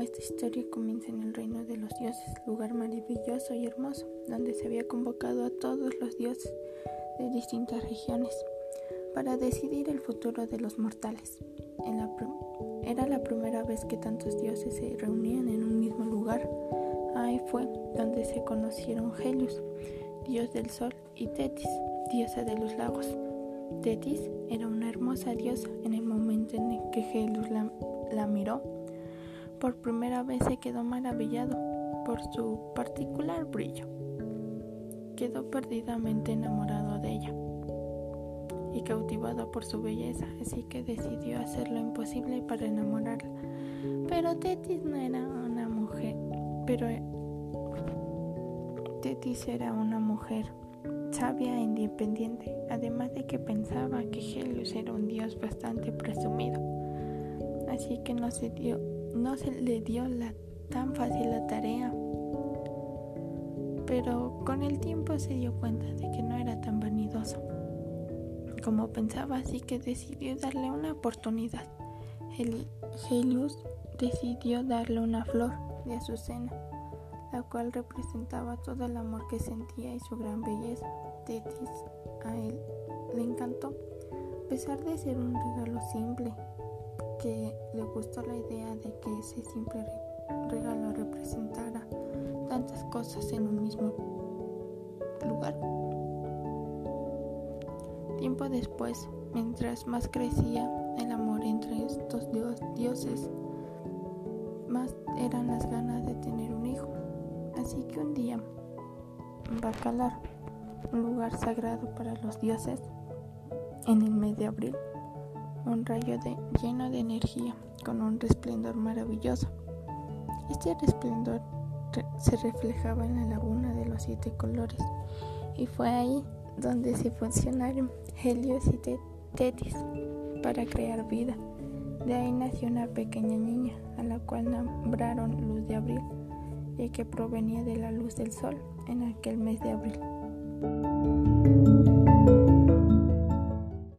Esta historia comienza en el reino de los dioses, lugar maravilloso y hermoso, donde se había convocado a todos los dioses de distintas regiones para decidir el futuro de los mortales. Era la primera vez que tantos dioses se reunían en un mismo lugar. Ahí fue donde se conocieron Helios, dios del sol, y Tetis, diosa de los lagos. Tetis era una hermosa diosa. En el momento en el que Helios la miró, por primera vez se quedó maravillado por su particular brillo. Quedó perdidamente enamorado de ella y cautivado por su belleza, así que decidió hacer lo imposible para enamorarla. Pero Tetis era una mujer sabia e independiente, además de que pensaba que Helios era un dios bastante presumido, así que no se le dio tan fácil la tarea. Pero con el tiempo se dio cuenta de que no era tan vanidoso como pensaba, así que decidió darle una oportunidad. Helios decidió darle una flor de azucena, la cual representaba todo el amor que sentía y su gran belleza. Tetis a él le encantó, a pesar de ser un regalo simple, que le gustó la idea de que ese simple regalo representara tantas cosas en un mismo lugar. Tiempo después, mientras más crecía el amor entre estos dioses, más eran las ganas de tener un hijo. Así que un día, en Bacalar, un lugar sagrado para los dioses, en el mes de abril, un rayo lleno de energía, con un resplendor maravilloso. Este resplendor se reflejaba en la laguna de los 7 colores, y fue ahí donde se fusionaron Helios y Tetis para crear vida. De ahí nació una pequeña niña, a la cual nombraron Luz de Abril, ya que provenía de la luz del sol en aquel mes de abril.